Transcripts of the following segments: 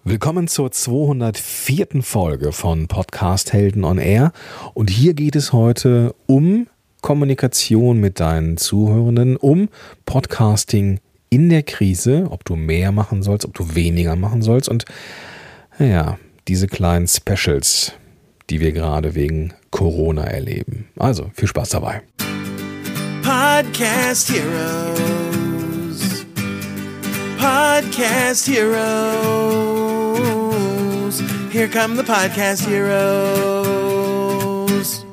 Willkommen zur 204. Folge von Podcast Helden on Air. Und hier geht es heute um Kommunikation mit deinen Zuhörenden, um Podcasting in der Krise, ob du mehr machen sollst, ob du weniger machen sollst und ja, diese kleinen Specials, die wir gerade wegen Corona erleben. Also, viel Spaß dabei. Podcast Heroes. Podcast Heroes. Here come the Podcast Heroes.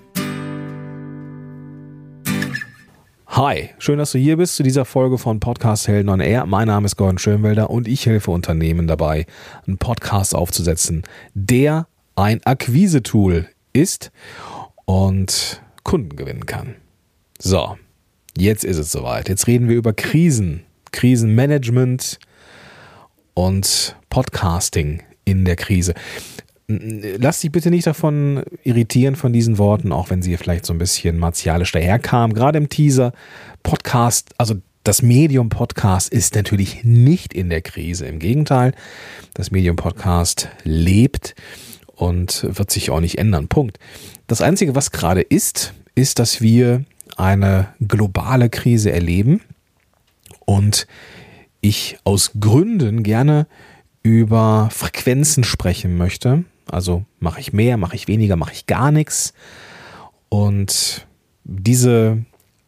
Hi, schön, dass du hier bist zu dieser Folge von Podcast Helden on Air. Mein Name ist Gordon Schönwelder und ich helfe Unternehmen dabei, einen Podcast aufzusetzen, der ein Akquise-Tool ist und Kunden gewinnen kann. So, jetzt ist es soweit. Jetzt reden wir über Krisen, Krisenmanagement und Podcasting in der Krise. Lass dich bitte nicht davon irritieren von diesen Worten, auch wenn sie vielleicht so ein bisschen martialisch daherkamen. Gerade im Teaser, Podcast, also das Medium Podcast ist natürlich nicht in der Krise. Im Gegenteil, das Medium Podcast lebt und wird sich auch nicht ändern. Punkt. Das Einzige, was gerade ist, dass wir eine globale Krise erleben und ich aus Gründen gerne über Frequenzen sprechen möchte. Also mache ich mehr, mache ich weniger, mache ich gar nichts. Und die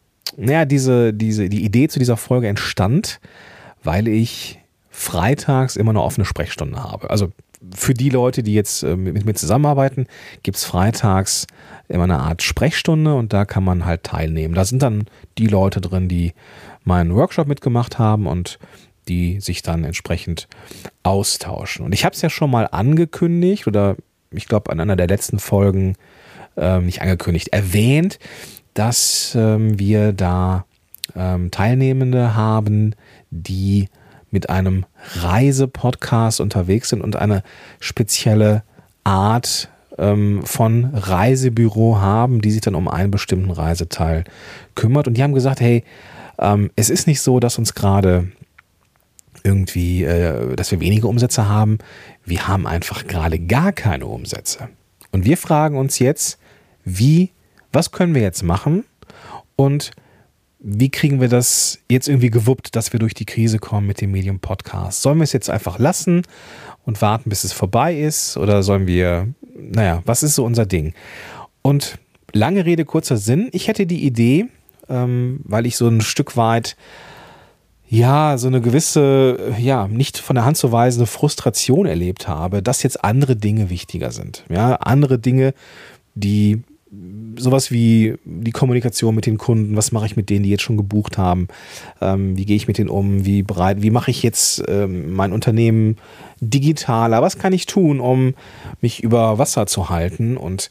Idee zu dieser Folge entstand, weil ich freitags immer eine offene Sprechstunde habe. Also für die Leute, die jetzt mit mir zusammenarbeiten, gibt es freitags immer eine Art Sprechstunde und da kann man halt teilnehmen. Da sind dann die Leute drin, die meinen Workshop mitgemacht haben und die sich dann entsprechend austauschen. Und ich habe es ja schon mal angekündigt oder ich glaube an einer der letzten Folgen nicht angekündigt, erwähnt, dass wir da Teilnehmende haben, die mit einem Reisepodcast unterwegs sind und eine spezielle Art von Reisebüro haben, die sich dann um einen bestimmten Reiseteil kümmert. Und die haben gesagt, hey, es ist nicht so, dass uns gerade irgendwie, dass wir wenige Umsätze haben. Wir haben einfach gerade gar keine Umsätze. Und wir fragen uns jetzt, was können wir jetzt machen und wie kriegen wir das jetzt irgendwie gewuppt, dass wir durch die Krise kommen mit dem Medium Podcast? Sollen wir es jetzt einfach lassen und warten, bis es vorbei ist? Oder sollen wir, was ist so unser Ding? Und lange Rede, kurzer Sinn. Ich hätte die Idee, weil ich so ein Stück weit, so eine gewisse, nicht von der Hand zu weisende Frustration erlebt habe, dass jetzt andere Dinge wichtiger sind. Ja, andere Dinge, die sowas wie die Kommunikation mit den Kunden, was mache ich mit denen, die jetzt schon gebucht haben, wie gehe ich mit denen um, wie mache ich jetzt mein Unternehmen digitaler, was kann ich tun, um mich über Wasser zu halten und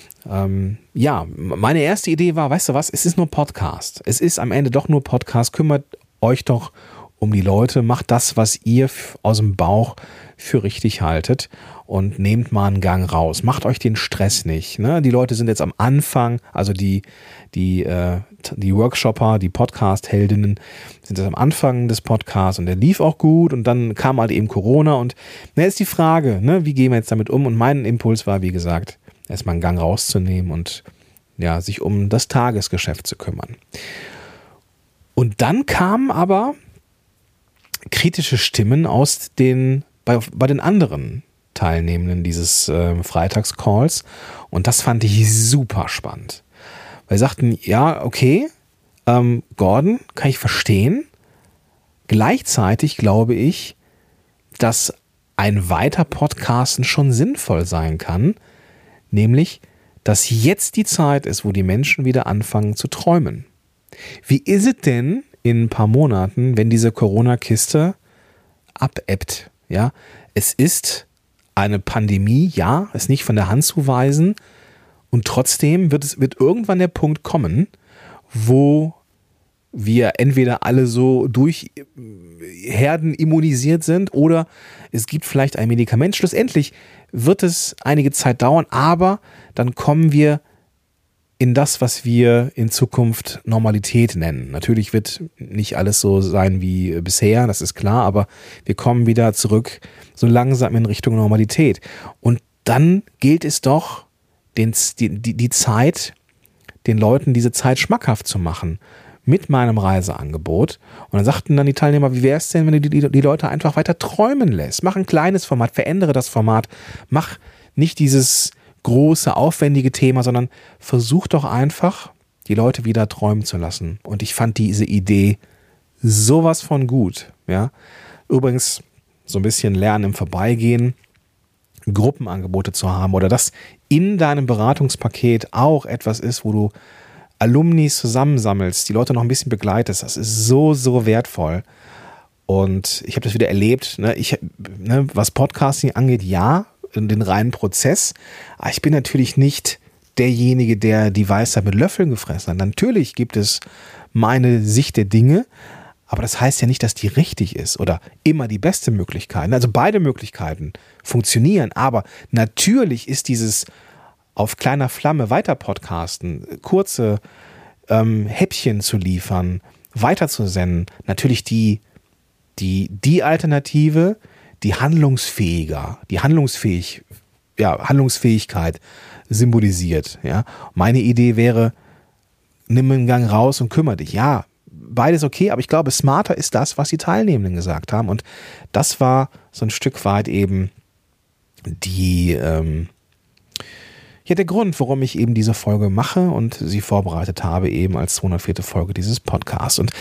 meine erste Idee war, weißt du was, es ist nur Podcast, es ist am Ende doch nur Podcast, kümmert euch doch um die Leute, macht das, was ihr aus dem Bauch für richtig haltet und nehmt mal einen Gang raus. Macht euch den Stress nicht. Ne? Die Leute sind jetzt am Anfang, also die Workshopper, die Podcast-Heldinnen sind jetzt am Anfang des Podcasts und der lief auch gut und dann kam halt eben Corona und ist die Frage, wie gehen wir jetzt damit um? Und mein Impuls war, wie gesagt, erstmal einen Gang rauszunehmen und sich um das Tagesgeschäft zu kümmern. Und dann kamen aber kritische Stimmen bei den anderen Teilnehmenden dieses Freitagscalls und das fand ich super spannend. Weil sie sagten, Gordon, kann ich verstehen. Gleichzeitig glaube ich, dass ein weiter Podcasten schon sinnvoll sein kann, nämlich, dass jetzt die Zeit ist, wo die Menschen wieder anfangen zu träumen. Wie ist es denn in ein paar Monaten, wenn diese Corona-Kiste abebbt? Ja, es ist eine Pandemie, ist nicht von der Hand zu weisen und trotzdem wird irgendwann der Punkt kommen, wo wir entweder alle so durch Herden immunisiert sind oder es gibt vielleicht ein Medikament. Schlussendlich wird es einige Zeit dauern, aber dann kommen wir in das, was wir in Zukunft Normalität nennen. Natürlich wird nicht alles so sein wie bisher, das ist klar, aber wir kommen wieder zurück so langsam in Richtung Normalität. Und dann gilt es doch, die Zeit, den Leuten diese Zeit schmackhaft zu machen mit meinem Reiseangebot. Und dann sagten dann die Teilnehmer, wie wäre es denn, wenn du die Leute einfach weiter träumen lässt? Mach ein kleines Format, verändere das Format, mach nicht dieses große, aufwendige Thema, sondern versuch doch einfach, die Leute wieder träumen zu lassen. Und ich fand diese Idee sowas von gut. Ja? Übrigens, so ein bisschen Lernen im Vorbeigehen, Gruppenangebote zu haben oder dass in deinem Beratungspaket auch etwas ist, wo du Alumnis zusammensammelst, die Leute noch ein bisschen begleitest. Das ist so, so wertvoll. Und ich habe das wieder erlebt, was Podcasting angeht, ja, den reinen Prozess. Aber ich bin natürlich nicht derjenige, der die Weisheit mit Löffeln gefressen hat. Natürlich gibt es meine Sicht der Dinge, aber das heißt ja nicht, dass die richtig ist oder immer die beste Möglichkeit. Also beide Möglichkeiten funktionieren, aber natürlich ist dieses auf kleiner Flamme weiter podcasten, kurze Häppchen zu liefern, weiterzusenden, natürlich die Alternative, die Handlungsfähigkeit symbolisiert. Ja? Meine Idee wäre, nimm einen Gang raus und kümmere dich. Ja, beides okay, aber ich glaube, smarter ist das, was die Teilnehmenden gesagt haben. Und das war so ein Stück weit eben der Grund, warum ich eben diese Folge mache und sie vorbereitet habe, eben als 204. Folge dieses Podcasts. Und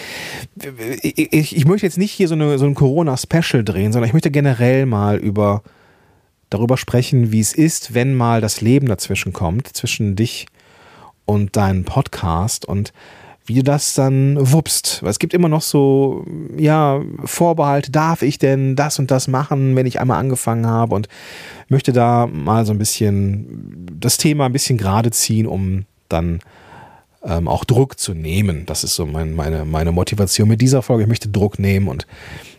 ich möchte jetzt nicht hier so ein Corona-Special drehen, sondern ich möchte generell mal darüber sprechen, wie es ist, wenn mal das Leben dazwischen kommt, zwischen dich und deinem Podcast und wie du das dann wuppst. Weil es gibt immer noch so, Vorbehalte, darf ich denn das und das machen, wenn ich einmal angefangen habe, und möchte da mal so ein bisschen das Thema ein bisschen gerade ziehen, um dann auch Druck zu nehmen. Das ist so meine Motivation mit dieser Folge. Ich möchte Druck nehmen und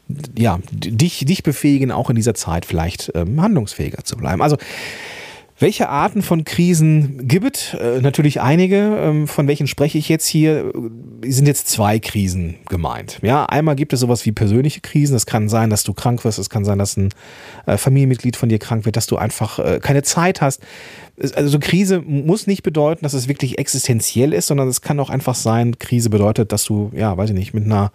dich befähigen, auch in dieser Zeit vielleicht handlungsfähiger zu bleiben. Also, welche Arten von Krisen gibt es? Natürlich einige. Von welchen spreche ich jetzt hier? Es sind jetzt 2 Krisen gemeint. Ja, einmal gibt es sowas wie persönliche Krisen. Es kann sein, dass du krank wirst. Es kann sein, dass ein Familienmitglied von dir krank wird, dass du einfach keine Zeit hast. Also so Krise muss nicht bedeuten, dass es wirklich existenziell ist, sondern es kann auch einfach sein, Krise bedeutet, dass du, mit einer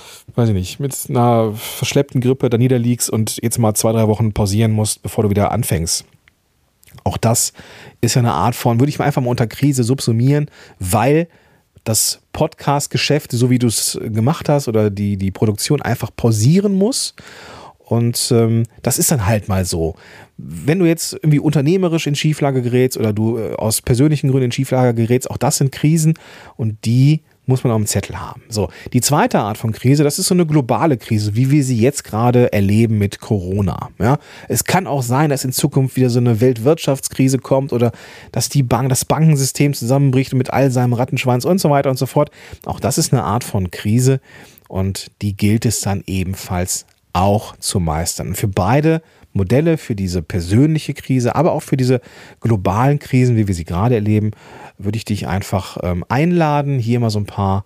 verschleppten Grippe da niederliegst und jetzt mal 2-3 Wochen pausieren musst, bevor du wieder anfängst. Auch das ist ja eine Art von, würde ich mal einfach mal unter Krise subsumieren, weil das Podcast-Geschäft, so wie du es gemacht hast, oder die Produktion einfach pausieren muss. Und das ist dann halt mal so. Wenn du jetzt irgendwie unternehmerisch in Schieflage gerätst oder du aus persönlichen Gründen in Schieflage gerätst, auch das sind Krisen, und die muss man auf dem Zettel haben. So, die zweite Art von Krise, das ist so eine globale Krise, wie wir sie jetzt gerade erleben mit Corona. Ja, es kann auch sein, dass in Zukunft wieder so eine Weltwirtschaftskrise kommt oder dass das Bankensystem zusammenbricht mit all seinem Rattenschwanz und so weiter und so fort. Auch das ist eine Art von Krise, und die gilt es dann ebenfalls auch zu meistern. Und für beide Modelle, für diese persönliche Krise, aber auch für diese globalen Krisen, wie wir sie gerade erleben, würde ich dich einfach einladen, hier mal so ein paar,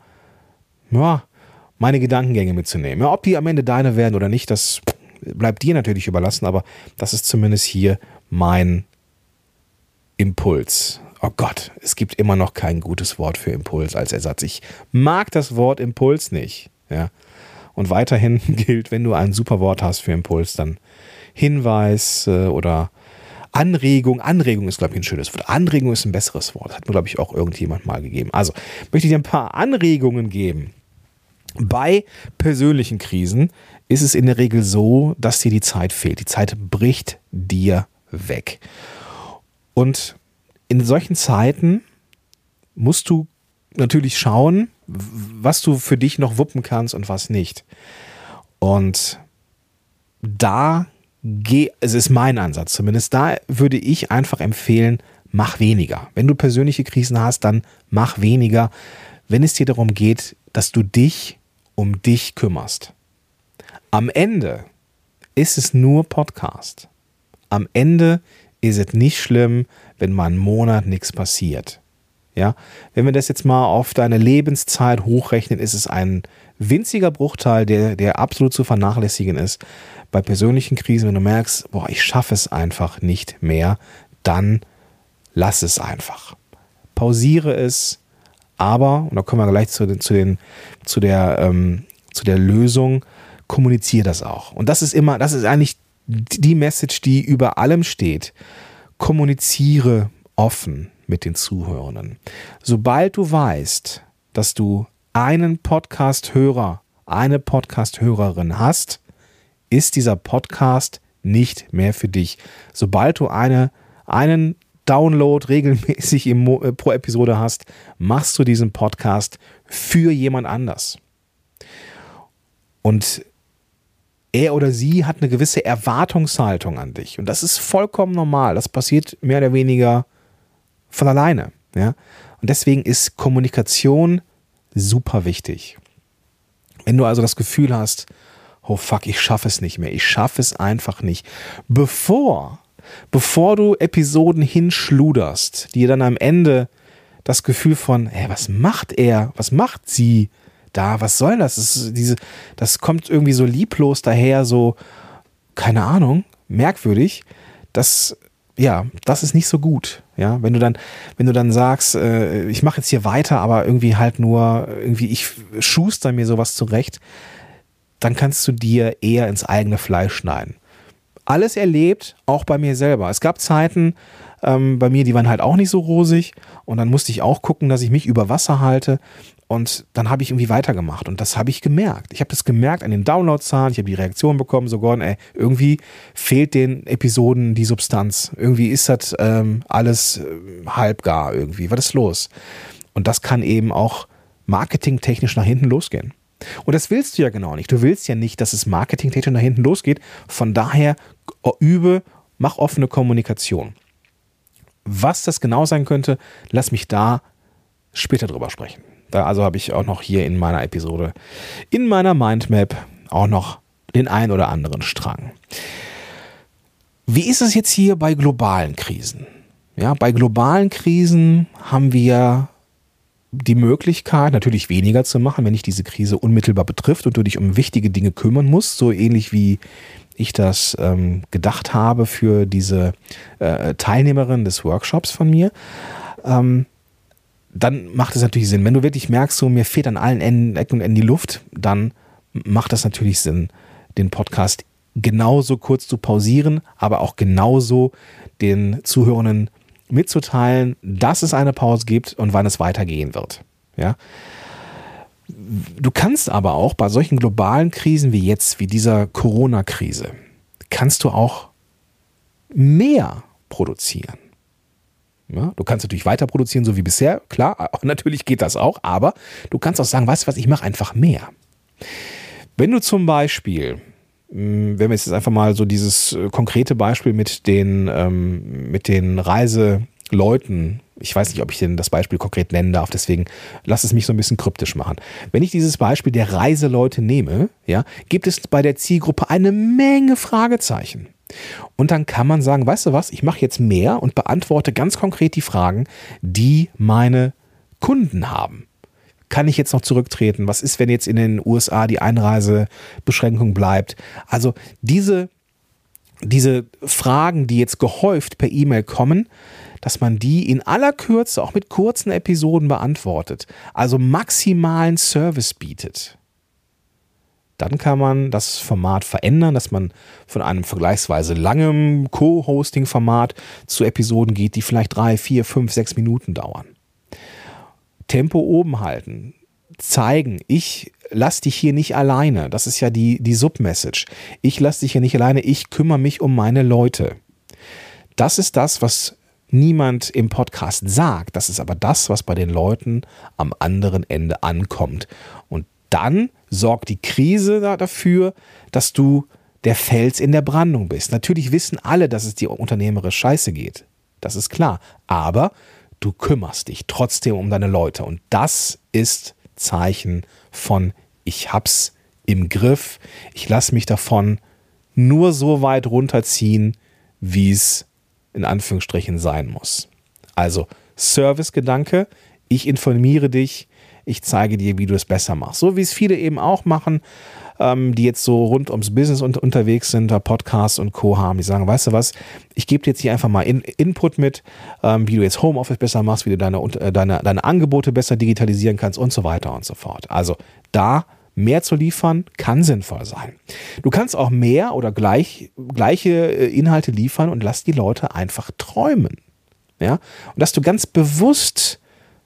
meine Gedankengänge mitzunehmen. Ja, ob die am Ende deine werden oder nicht, das bleibt dir natürlich überlassen, aber das ist zumindest hier mein Impuls. Oh Gott, es gibt immer noch kein gutes Wort für Impuls als Ersatz. Ich mag das Wort Impuls nicht. Ja. Und weiterhin gilt, wenn du ein super Wort hast für Impuls, dann Hinweis oder Anregung. Anregung ist, glaube ich, ein schönes Wort. Anregung ist ein besseres Wort. Das hat mir, glaube ich, auch irgendjemand mal gegeben. Also möchte ich dir ein paar Anregungen geben. Bei persönlichen Krisen ist es in der Regel so, dass dir die Zeit fehlt. Die Zeit bricht dir weg. Und in solchen Zeiten musst du natürlich schauen, was du für dich noch wuppen kannst und was nicht. Und es ist mein Ansatz zumindest, da würde ich einfach empfehlen, mach weniger. Wenn du persönliche Krisen hast, dann mach weniger, wenn es dir darum geht, dass du dich um dich kümmerst. Am Ende ist es nur Podcast. Am Ende ist es nicht schlimm, wenn mal einen Monat nichts passiert. Ja, wenn wir das jetzt mal auf deine Lebenszeit hochrechnen, ist es ein winziger Bruchteil, der absolut zu vernachlässigen ist. Bei persönlichen Krisen, wenn du merkst, boah, ich schaffe es einfach nicht mehr, dann lass es einfach. Pausiere es, aber, und da kommen wir gleich zu der Lösung, kommuniziere das auch. Und das ist eigentlich die Message, die über allem steht. Kommuniziere offen mit den Zuhörenden. Sobald du weißt, dass du einen Podcast-Hörer, eine Podcast-Hörerin hast, ist dieser Podcast nicht mehr für dich. Sobald du einen Download regelmäßig pro Episode hast, machst du diesen Podcast für jemand anders. Und er oder sie hat eine gewisse Erwartungshaltung an dich. Und das ist vollkommen normal. Das passiert mehr oder weniger von alleine. Ja? Und deswegen ist Kommunikation super wichtig. Wenn du also das Gefühl hast, oh fuck, ich schaffe es nicht mehr, ich schaffe es einfach nicht, bevor du Episoden hinschluderst, die dann am Ende das Gefühl von, was macht er, was macht sie da, was soll das? Das kommt irgendwie so lieblos daher, so, keine Ahnung, merkwürdig, das ist nicht so gut. Ja, wenn du dann sagst, ich mache jetzt hier weiter, aber irgendwie halt nur, ich schuster mir sowas zurecht, dann kannst du dir eher ins eigene Fleisch schneiden. Alles erlebt, auch bei mir selber. Es gab Zeiten bei mir, die waren halt auch nicht so rosig und dann musste ich auch gucken, dass ich mich über Wasser halte und dann habe ich irgendwie weitergemacht und das habe ich gemerkt. Ich habe das gemerkt an den Downloadzahlen, ich habe die Reaktion bekommen, so Gordon, irgendwie fehlt den Episoden die Substanz. Irgendwie ist das alles halbgar irgendwie. Was ist los? Und das kann eben auch marketingtechnisch nach hinten losgehen. Und das willst du ja genau nicht. Du willst ja nicht, dass es marketingtechnisch nach hinten losgeht. Von daher mach offene Kommunikation. Was das genau sein könnte, lass mich da später drüber sprechen. Da also habe ich auch noch hier in meiner Episode, in meiner Mindmap auch noch den ein oder anderen Strang. Wie ist es jetzt hier bei globalen Krisen? Ja, bei globalen Krisen haben wir die Möglichkeit, natürlich weniger zu machen, wenn dich diese Krise unmittelbar betrifft und du dich um wichtige Dinge kümmern musst, so ähnlich wie ich das gedacht habe für diese Teilnehmerin des Workshops von mir, dann macht es natürlich Sinn. Wenn du wirklich merkst, so mir fehlt an allen Ecken und Enden die Luft, dann macht das natürlich Sinn, den Podcast genauso kurz zu pausieren, aber auch genauso den Zuhörenden mitzuteilen, dass es eine Pause gibt und wann es weitergehen wird. Ja? Du kannst aber auch bei solchen globalen Krisen wie jetzt, wie dieser Corona-Krise, kannst du auch mehr produzieren. Ja? Du kannst natürlich weiter produzieren, so wie bisher, klar, natürlich geht das auch, aber du kannst auch sagen, weißt du was, ich mache einfach mehr. Wenn du zum Beispiel, wenn wir jetzt einfach mal so dieses konkrete Beispiel mit den Reiseleuten, ich weiß nicht, ob ich denn das Beispiel konkret nennen darf, deswegen lass es mich so ein bisschen kryptisch machen. Wenn ich dieses Beispiel der Reiseleute nehme, ja, gibt es bei der Zielgruppe eine Menge Fragezeichen. Und dann kann man sagen, weißt du was, ich mache jetzt mehr und beantworte ganz konkret die Fragen, die meine Kunden haben. Kann ich jetzt noch zurücktreten? Was ist, wenn jetzt in den USA die Einreisebeschränkung bleibt? Also diese Fragen, die jetzt gehäuft per E-Mail kommen, dass man die in aller Kürze auch mit kurzen Episoden beantwortet, also maximalen Service bietet. Dann kann man das Format verändern, dass man von einem vergleichsweise langem Co-Hosting-Format zu Episoden geht, die vielleicht 3, 4, 5, 6 Minuten dauern. Tempo oben halten, zeigen, ich lasse dich hier nicht alleine. Das ist ja die Submessage. Ich lasse dich hier nicht alleine, ich kümmere mich um meine Leute. Das ist das, was niemand im Podcast sagt. Das ist aber das, was bei den Leuten am anderen Ende ankommt. Und dann sorgt die Krise dafür, dass du der Fels in der Brandung bist. Natürlich wissen alle, dass es dir unternehmerisch scheiße geht. Das ist klar. Aber du kümmerst dich trotzdem um deine Leute. Und das ist Zeichen von, ich hab's im Griff. Ich lasse mich davon nur so weit runterziehen, wie es in Anführungsstrichen sein muss. Also Service-Gedanke. Ich informiere dich, ich zeige dir, wie du es besser machst. So wie es viele eben auch machen, die jetzt so rund ums Business unterwegs sind, da Podcasts und Co. haben, die sagen, weißt du was, ich gebe dir jetzt hier einfach mal Input mit, wie du jetzt Homeoffice besser machst, wie du deine Angebote besser digitalisieren kannst und so weiter und so fort. Also da mehr zu liefern, kann sinnvoll sein. Du kannst auch mehr oder gleiche Inhalte liefern und lass die Leute einfach träumen. Ja? Und dass du ganz bewusst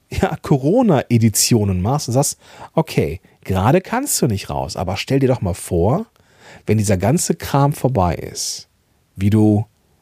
Corona-Editionen machst und sagst, okay, gerade kannst du nicht raus, aber stell dir doch mal vor, wenn dieser ganze Kram vorbei ist, wie du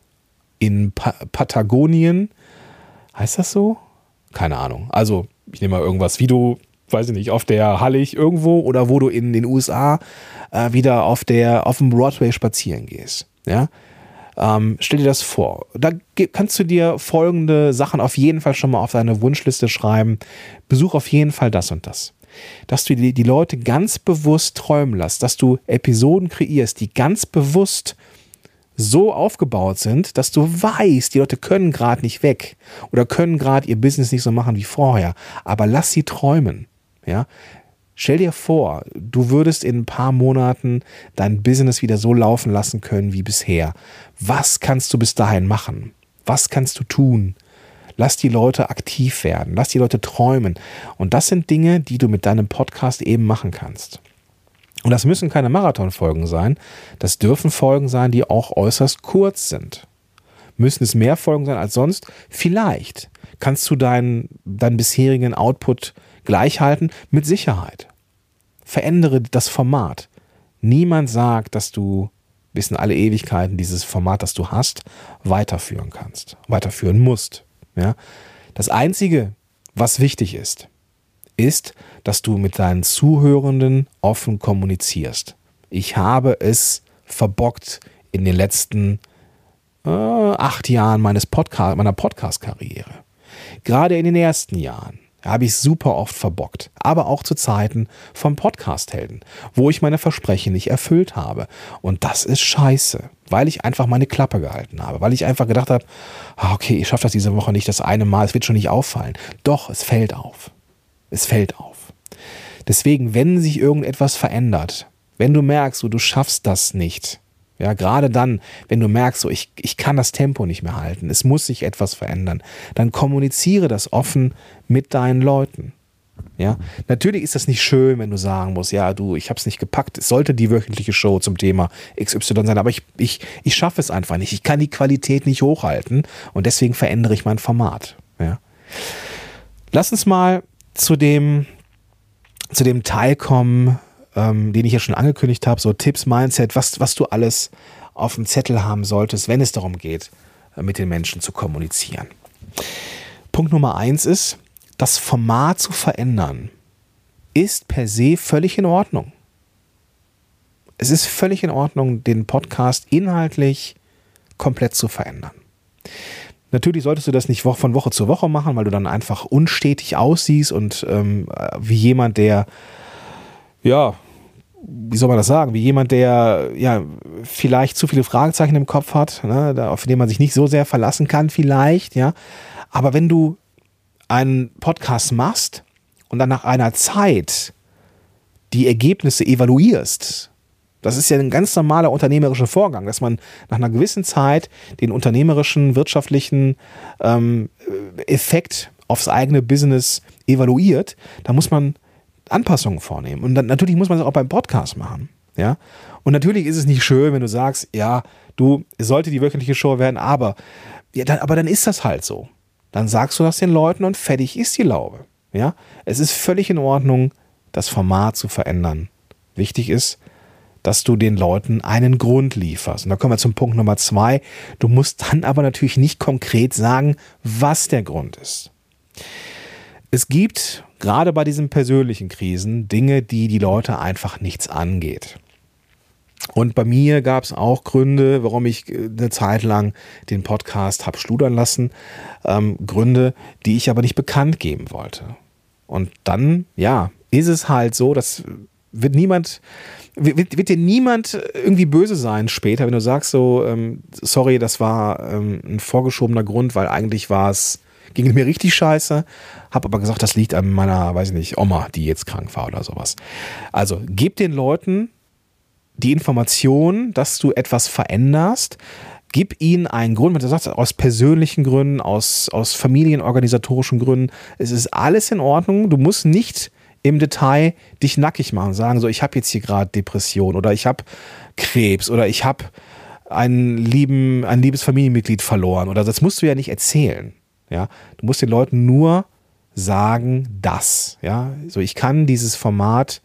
in Patagonien, heißt das so? Keine Ahnung. Also, ich nehme mal irgendwas, wie du, weiß ich nicht, auf der Hallig irgendwo oder wo du in den USA wieder auf dem Broadway spazieren gehst. Ja? Stell dir das vor. Da kannst du dir folgende Sachen auf jeden Fall schon mal auf deine Wunschliste schreiben. Besuch auf jeden Fall das und das. Dass du die Leute ganz bewusst träumen lässt, dass du Episoden kreierst, die ganz bewusst so aufgebaut sind, dass du weißt, die Leute können gerade nicht weg oder können gerade ihr Business nicht so machen wie vorher, aber lass sie träumen. Ja? Stell dir vor, du würdest in ein paar Monaten dein Business wieder so laufen lassen können wie bisher. Was kannst du bis dahin machen? Was kannst du tun? Lass die Leute aktiv werden, lass die Leute träumen. Und das sind Dinge, die du mit deinem Podcast eben machen kannst. Und das müssen keine Marathonfolgen sein. Das dürfen Folgen sein, die auch äußerst kurz sind. Müssen es mehr Folgen sein als sonst? Vielleicht. Kannst du deinen bisherigen Output gleich halten? Mit Sicherheit. Verändere das Format. Niemand sagt, dass du bis in alle Ewigkeiten dieses Format, das du hast, weiterführen musst. Ja? Das Einzige, was wichtig ist, dass du mit deinen Zuhörenden offen kommunizierst. Ich habe es verbockt in den letzten 8 Jahren meiner Podcast-Karriere. Gerade in den ersten Jahren habe ich super oft verbockt, aber auch zu Zeiten vom Podcast-Helden, wo ich meine Versprechen nicht erfüllt habe. Und das ist scheiße, weil ich einfach meine Klappe gehalten habe, weil ich einfach gedacht habe, okay, ich schaffe das diese Woche nicht das eine Mal, es wird schon nicht auffallen. Doch, es fällt auf. Es fällt auf. Deswegen, wenn sich irgendetwas verändert, wenn du merkst, du schaffst das nicht, ja, gerade dann, wenn du merkst, ich kann das Tempo nicht mehr halten, es muss sich etwas verändern, dann kommuniziere das offen mit deinen Leuten. Ja, natürlich ist das nicht schön, wenn du sagen musst, ich habe es nicht gepackt, es sollte die wöchentliche Show zum Thema XY sein, aber ich schaffe es einfach nicht, ich kann die Qualität nicht hochhalten und deswegen verändere ich mein Format. Ja. Lass uns mal zu dem Teil kommen, den ich ja schon angekündigt habe, so Tipps, Mindset, was du alles auf dem Zettel haben solltest, wenn es darum geht, mit den Menschen zu kommunizieren. Punkt Nummer 1 ist, das Format zu verändern, ist per se völlig in Ordnung. Es ist völlig in Ordnung, den Podcast inhaltlich komplett zu verändern. Natürlich solltest du das nicht von Woche zu Woche machen, weil du dann einfach unstetig aussiehst und wie jemand, der, wie soll man das sagen, wie jemand, der vielleicht zu viele Fragezeichen im Kopf hat, ne, auf den man sich nicht so sehr verlassen kann vielleicht, ja. Aber wenn du einen Podcast machst und dann nach einer Zeit die Ergebnisse evaluierst, das ist ja ein ganz normaler unternehmerischer Vorgang, dass man nach einer gewissen Zeit den unternehmerischen, wirtschaftlichen Effekt aufs eigene Business evaluiert, da muss man Anpassungen vornehmen. Und dann, natürlich muss man das auch beim Podcast machen. Ja? Und natürlich ist es nicht schön, wenn du sagst, es sollte die wöchentliche Show werden, aber dann ist das halt so. Dann sagst du das den Leuten und fertig ist die Laube. Ja? Es ist völlig in Ordnung, das Format zu verändern. Wichtig ist, dass du den Leuten einen Grund lieferst. Und da kommen wir zum Punkt Nummer 2. Du musst dann aber natürlich nicht konkret sagen, was der Grund ist. Es gibt gerade bei diesen persönlichen Krisen Dinge, die Leute einfach nichts angeht. Und bei mir gab es auch Gründe, warum ich eine Zeit lang den Podcast habe schludern lassen. Gründe, die ich aber nicht bekannt geben wollte. Und dann, ist es halt so, dass wird dir niemand irgendwie böse sein später, wenn du sagst so, sorry, das war ein vorgeschobener Grund, weil eigentlich war es ging mir richtig scheiße, habe aber gesagt, das liegt an meiner, weiß ich nicht, Oma, die jetzt krank war oder sowas. Also gib den Leuten die Information, dass du etwas veränderst. Gib ihnen einen Grund, wenn du sagst, aus persönlichen Gründen, aus familienorganisatorischen Gründen. Es ist alles in Ordnung. Du musst nicht im Detail dich nackig machen und sagen, so, ich habe jetzt hier gerade Depression oder ich habe Krebs oder ich habe ein liebes Familienmitglied verloren. Oder das musst du ja nicht erzählen. Ja? Du musst den Leuten nur sagen, das. Ja? So, ich kann dieses Format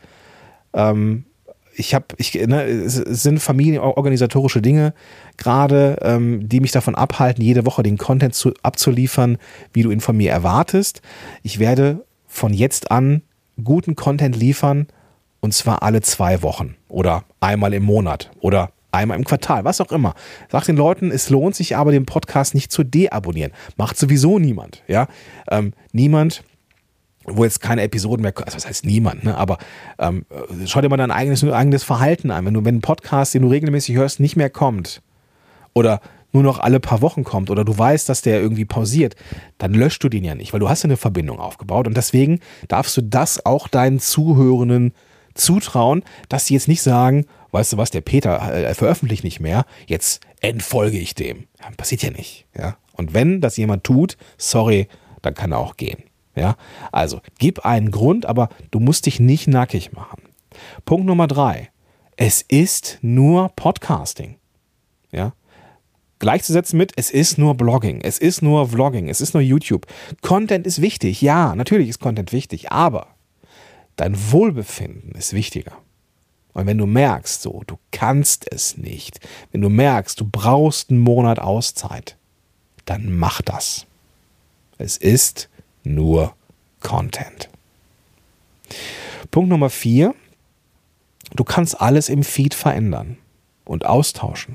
es sind familienorganisatorische Dinge gerade, die mich davon abhalten, jede Woche den Content abzuliefern, wie du ihn von mir erwartest. Ich werde von jetzt an guten Content liefern und zwar alle 2 Wochen oder einmal im Monat oder einmal im Quartal, was auch immer. Sag den Leuten, es lohnt sich aber, den Podcast nicht zu deabonnieren. Macht sowieso niemand. Ja? Niemand, wo jetzt keine Episoden mehr, also das heißt niemand, ne? Aber schau dir mal dein eigenes Verhalten an. Wenn ein Podcast, den du regelmäßig hörst, nicht mehr kommt oder nur noch alle paar Wochen kommt oder du weißt, dass der irgendwie pausiert, dann löscht du den ja nicht, weil du hast ja eine Verbindung aufgebaut und deswegen darfst du das auch deinen Zuhörenden zutrauen, dass sie jetzt nicht sagen, weißt du was, der Peter veröffentlicht nicht mehr, jetzt entfolge ich dem. Ja, passiert ja nicht. Ja? Und wenn das jemand tut, sorry, dann kann er auch gehen. Ja, also gib einen Grund, aber du musst dich nicht nackig machen. Punkt Nummer 3. Es ist nur Podcasting. Ja, gleichzusetzen mit, es ist nur Blogging, es ist nur Vlogging, es ist nur YouTube. Content ist wichtig, ja, natürlich ist Content wichtig, aber dein Wohlbefinden ist wichtiger. Und wenn du merkst, so, du kannst es nicht, wenn du merkst, du brauchst einen Monat Auszeit, dann mach das. Es ist nur Content. Punkt Nummer 4. Du kannst alles im Feed verändern und austauschen.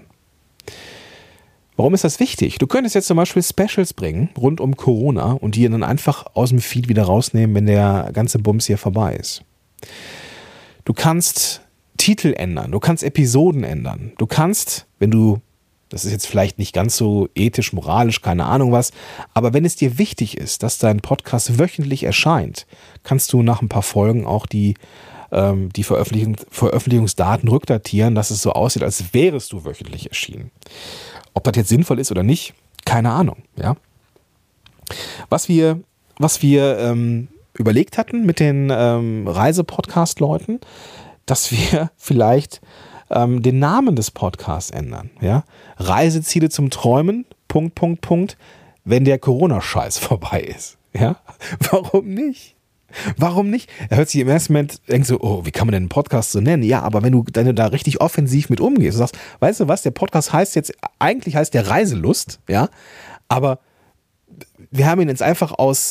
Warum ist das wichtig? Du könntest jetzt zum Beispiel Specials bringen rund um Corona und die dann einfach aus dem Feed wieder rausnehmen, wenn der ganze Bums hier vorbei ist. Du kannst Titel ändern, du kannst Episoden ändern. Du kannst, wenn du, das ist jetzt vielleicht nicht ganz so ethisch, moralisch, keine Ahnung was, aber wenn es dir wichtig ist, dass dein Podcast wöchentlich erscheint, kannst du nach ein paar Folgen auch die Veröffentlichungsdaten rückdatieren, dass es so aussieht, als wärest du wöchentlich erschienen. Ob das jetzt sinnvoll ist oder nicht, keine Ahnung. Ja? Was wir überlegt hatten mit den Reise-Podcast-Leuten, dass wir vielleicht den Namen des Podcasts ändern. Ja? Reiseziele zum Träumen, ... wenn der Corona-Scheiß vorbei ist. Ja? Warum nicht? Warum nicht? Er hört sich im ersten Moment, denkt so, oh, wie kann man denn einen Podcast so nennen? Ja, aber wenn du da richtig offensiv mit umgehst und sagst, weißt du was, der Podcast eigentlich heißt der Reiselust, ja, aber wir haben ihn jetzt einfach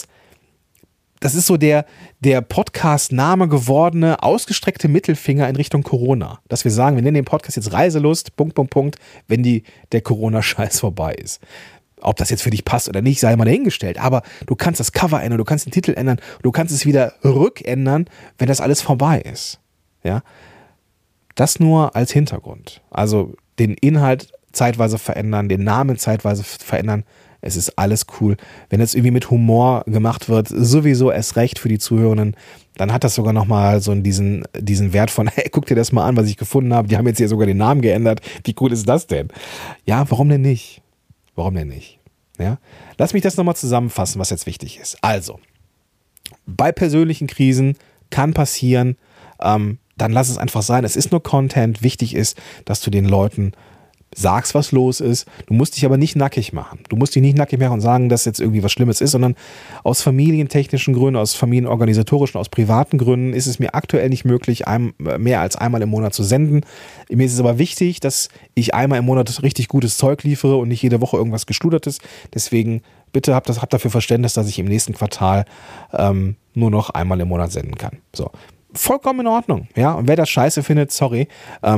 das ist so der Podcast-Name gewordene, ausgestreckte Mittelfinger in Richtung Corona. Dass wir sagen, wir nennen den Podcast jetzt Reiselust, ... wenn der Corona-Scheiß vorbei ist. Ob das jetzt für dich passt oder nicht, sei mal dahingestellt. Aber du kannst das Cover ändern, du kannst den Titel ändern, du kannst es wieder rückändern, wenn das alles vorbei ist. Ja? Das nur als Hintergrund. Also den Inhalt zeitweise verändern, den Namen zeitweise verändern. Es ist alles cool. Wenn das irgendwie mit Humor gemacht wird, sowieso erst recht für die Zuhörenden, dann hat das sogar nochmal so diesen Wert von, hey, guck dir das mal an, was ich gefunden habe. Die haben jetzt hier sogar den Namen geändert. Wie cool ist das denn? Ja, warum denn nicht? Warum denn nicht? Ja? Lass mich das nochmal zusammenfassen, was jetzt wichtig ist. Also, bei persönlichen Krisen kann passieren, dann lass es einfach sein. Es ist nur Content. Wichtig ist, dass du den Leuten sagst, was los ist. Du musst dich aber nicht nackig machen. Du musst dich nicht nackig machen und sagen, dass jetzt irgendwie was Schlimmes ist, sondern aus familientechnischen Gründen, aus familienorganisatorischen, aus privaten Gründen ist es mir aktuell nicht möglich, mehr als einmal im Monat zu senden. Mir ist es aber wichtig, dass ich einmal im Monat richtig gutes Zeug liefere und nicht jede Woche irgendwas Geschludertes. Deswegen bitte habt dafür Verständnis, dass ich im nächsten Quartal nur noch einmal im Monat senden kann. So. Vollkommen in Ordnung. Ja? Und wer das scheiße findet, sorry,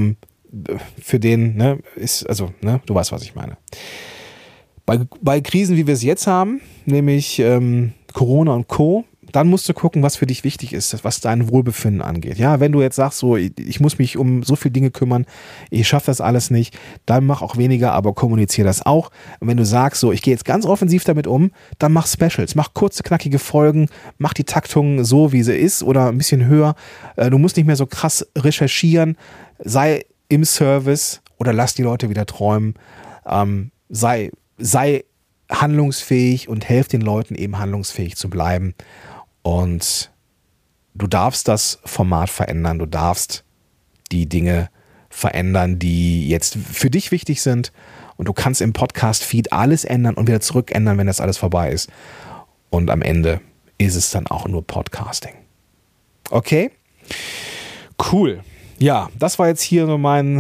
für den, du weißt, was ich meine. Bei Krisen, wie wir es jetzt haben, nämlich Corona und Co., dann musst du gucken, was für dich wichtig ist, was dein Wohlbefinden angeht. Ja, wenn du jetzt sagst, so, ich muss mich um so viele Dinge kümmern, ich schaffe das alles nicht, dann mach auch weniger, aber kommuniziere das auch. Und wenn du sagst, so, ich gehe jetzt ganz offensiv damit um, dann mach Specials, mach kurze, knackige Folgen, mach die Taktung so, wie sie ist oder ein bisschen höher. Du musst nicht mehr so krass recherchieren, sei im Service oder lass die Leute wieder träumen. Sei handlungsfähig und helf den Leuten eben handlungsfähig zu bleiben. Und du darfst das Format verändern, du darfst die Dinge verändern, die jetzt für dich wichtig sind. Und du kannst im Podcast-Feed alles ändern und wieder zurückändern, wenn das alles vorbei ist. Und am Ende ist es dann auch nur Podcasting. Okay? Cool. Ja, das war jetzt hier so mein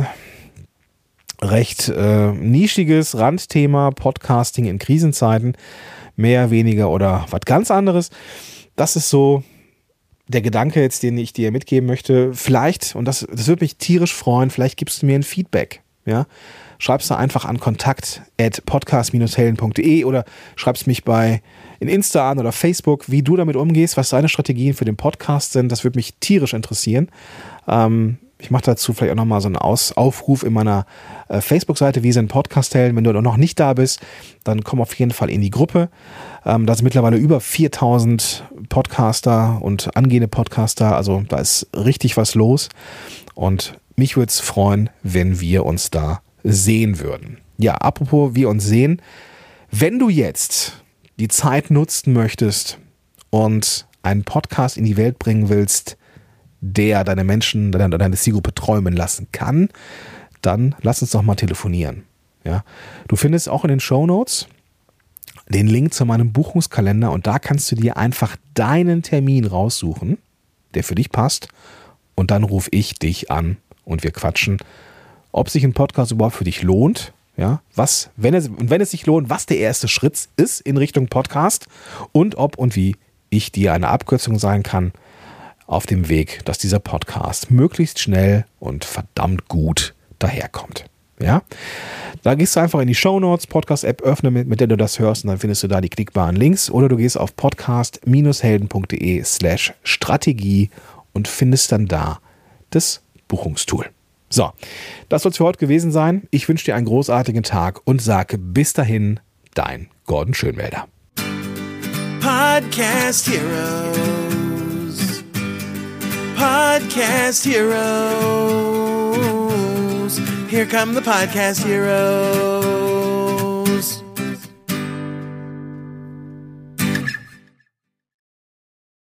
recht nischiges Randthema Podcasting in Krisenzeiten. Mehr, weniger oder was ganz anderes. Das ist so der Gedanke jetzt, den ich dir mitgeben möchte. Vielleicht, und das würde mich tierisch freuen, vielleicht gibst du mir ein Feedback. Ja? Schreibst du einfach an kontakt@podcast-helden.de oder schreibst mich in Insta an oder Facebook, wie du damit umgehst, was deine Strategien für den Podcast sind. Das würde mich tierisch interessieren. Ich mache dazu vielleicht auch nochmal so einen Aufruf in meiner Facebook-Seite, wir sind Podcast-Helden. Wenn du noch nicht da bist, dann komm auf jeden Fall in die Gruppe. Da sind mittlerweile über 4000 Podcaster und angehende Podcaster. Also da ist richtig was los. Und mich würde es freuen, wenn wir uns da sehen würden. Ja, apropos wir uns sehen. Wenn du jetzt die Zeit nutzen möchtest und einen Podcast in die Welt bringen willst, der deine Menschen, deine Zielgruppe träumen lassen kann, dann lass uns doch mal telefonieren. Ja? Du findest auch in den Shownotes den Link zu meinem Buchungskalender und da kannst du dir einfach deinen Termin raussuchen, der für dich passt, und dann rufe ich dich an und wir quatschen, ob sich ein Podcast überhaupt für dich lohnt, ja, wenn es sich lohnt, was der erste Schritt ist in Richtung Podcast und ob und wie ich dir eine Abkürzung sein kann auf dem Weg, dass dieser Podcast möglichst schnell und verdammt gut daherkommt. Ja? Da gehst du einfach in die Shownotes, Podcast-App öffne, mit der du das hörst, und dann findest du da die klickbaren Links, oder du gehst auf podcast-helden.de/Strategie und findest dann da das Buchungstool. So, das soll es für heute gewesen sein. Ich wünsche dir einen großartigen Tag und sage bis dahin, dein Gordon Schönwälder. Podcast Heroes. Podcast Heroes. Here come the Podcast Heroes.